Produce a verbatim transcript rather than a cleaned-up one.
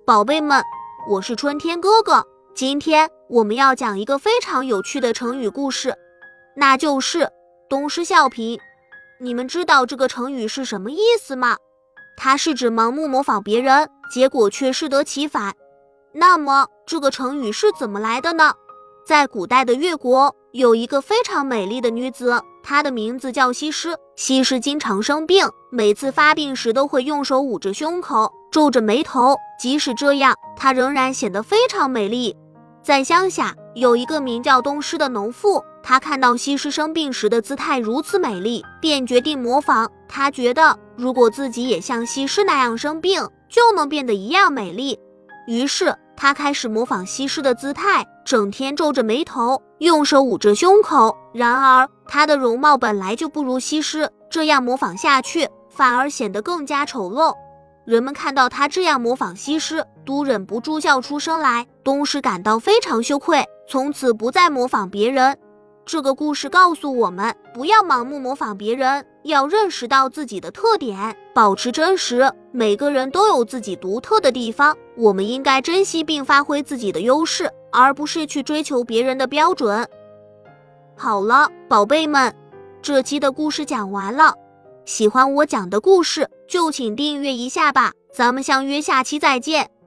宝贝们，我是春天哥哥。今天我们要讲一个非常有趣的成语故事，那就是东施效颦。你们知道这个成语是什么意思吗？它是指盲目模仿别人，结果却适得其反。那么这个成语是怎么来的呢？在古代的越国，有一个非常美丽的女子，她的名字叫西施。西施经常生病，每次发病时都会用手捂着胸口，皱着眉头，即使这样，她仍然显得非常美丽。在乡下，有一个名叫东施的农妇，他看到西施生病时的姿态如此美丽，便决定模仿。他觉得如果自己也像西施那样生病，就能变得一样美丽。于是他开始模仿西施的姿态，整天皱着眉头，用手捂着胸口。然而他的容貌本来就不如西施，这样模仿下去，反而显得更加丑陋。人们看到他这样模仿西施，都忍不住笑出声来。东施感到非常羞愧，从此不再模仿别人。这个故事告诉我们，不要盲目模仿别人，要认识到自己的特点，保持真实。每个人都有自己独特的地方，我们应该珍惜并发挥自己的优势，而不是去追求别人的标准。好了，宝贝们，这期的故事讲完了。喜欢我讲的故事，就请订阅一下吧。咱们相约下期再见。